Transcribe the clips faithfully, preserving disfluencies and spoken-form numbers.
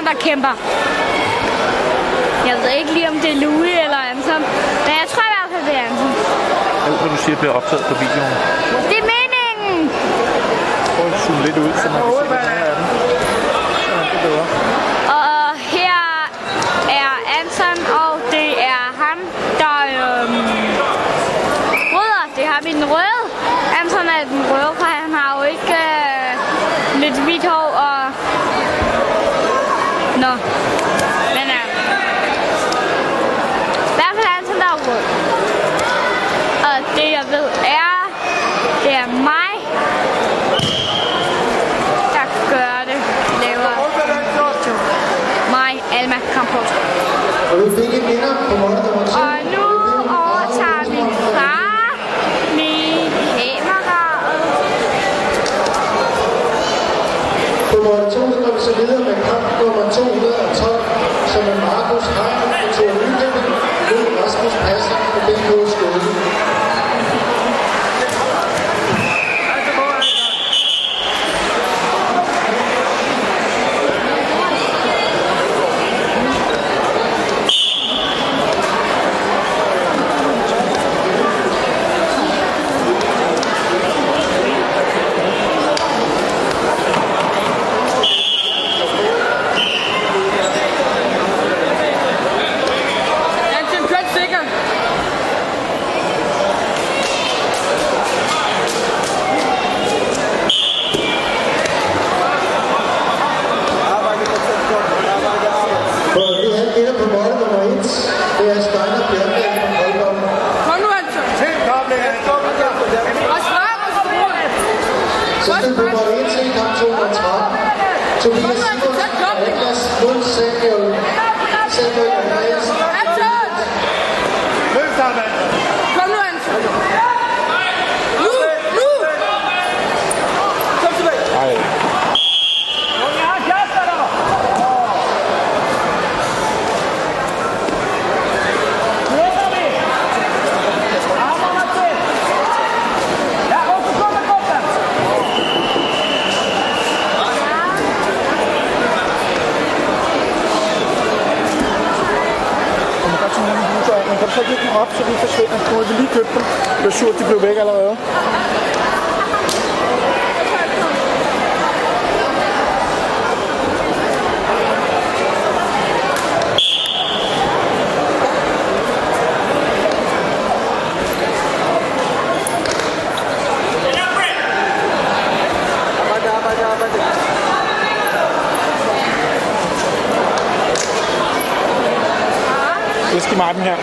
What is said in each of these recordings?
der kæmper. Jeg ved ikke lige, om det er Louis eller Anton. Men jeg tror i hvert fald, det er Anton. Alt, hvad du siger, bliver optaget på videoen. Det er meningen! Prøv at zoome lidt ud, så man kan se, hvad der er den. Så er det bedre. Og her er Anton, og det er ham, der øhm, rydder. Det er ham i den røde. Anton er den røde, for han har jo ikke øh, lidt hvidt hår og... Nå. Men øh, i hvert fald Anton, der er rød. Og det jeg ved er, det er mig, der gør det. Laver mig, Alma Campos. Og vi fik en vinder på måned nummer to. Og nu overtager min far min kameraet. På måned to går vi så videre med kamp nummer to hundrede og tolv, som er Markus Heim og Thor Nykøbing mod Rasmus Passer og B K Skåne. De blev væk allerede. Det skal Martin her.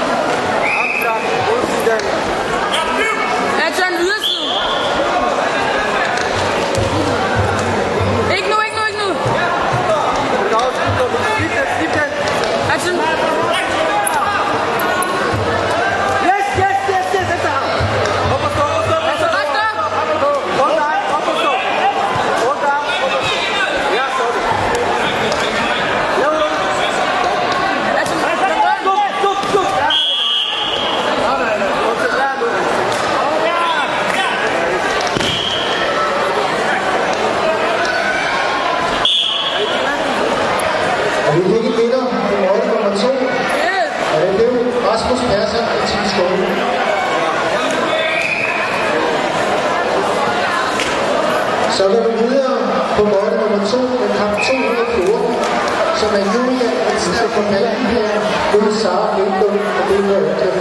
Så går vi videre på måned nummer to med kamp to hundrede og fjorten, som er Julia Elster fra Malmberg mod Sara Lindlund og Lindlund Ørklæde.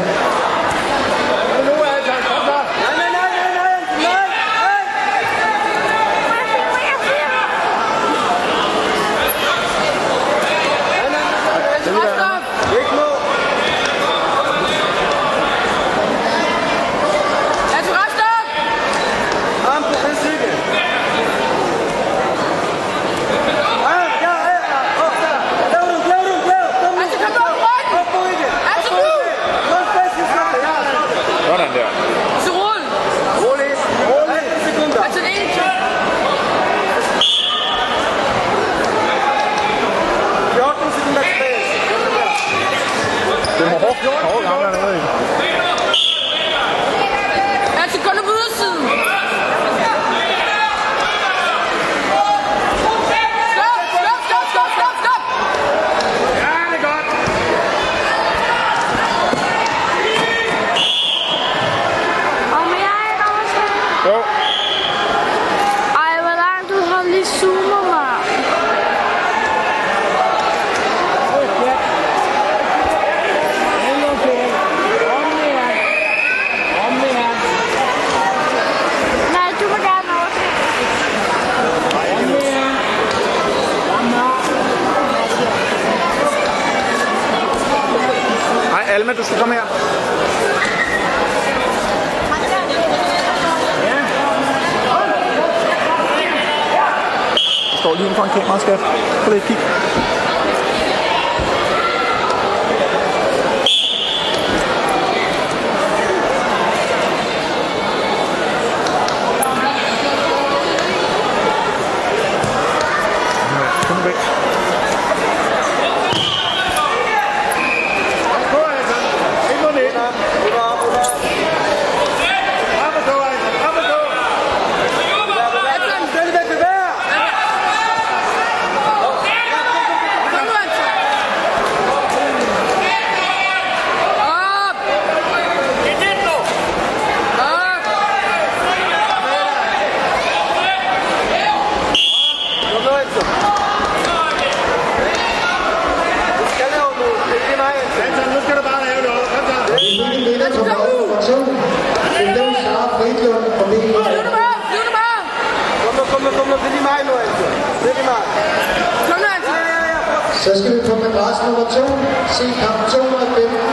Stop, stop, stop, stop, stop! Alma, du skal komme her. Jeg står lige foran kameraet, skat. Prøv lige at kigge. Kom væk. Så skal vi på madras nummer to, se kamp to og fem.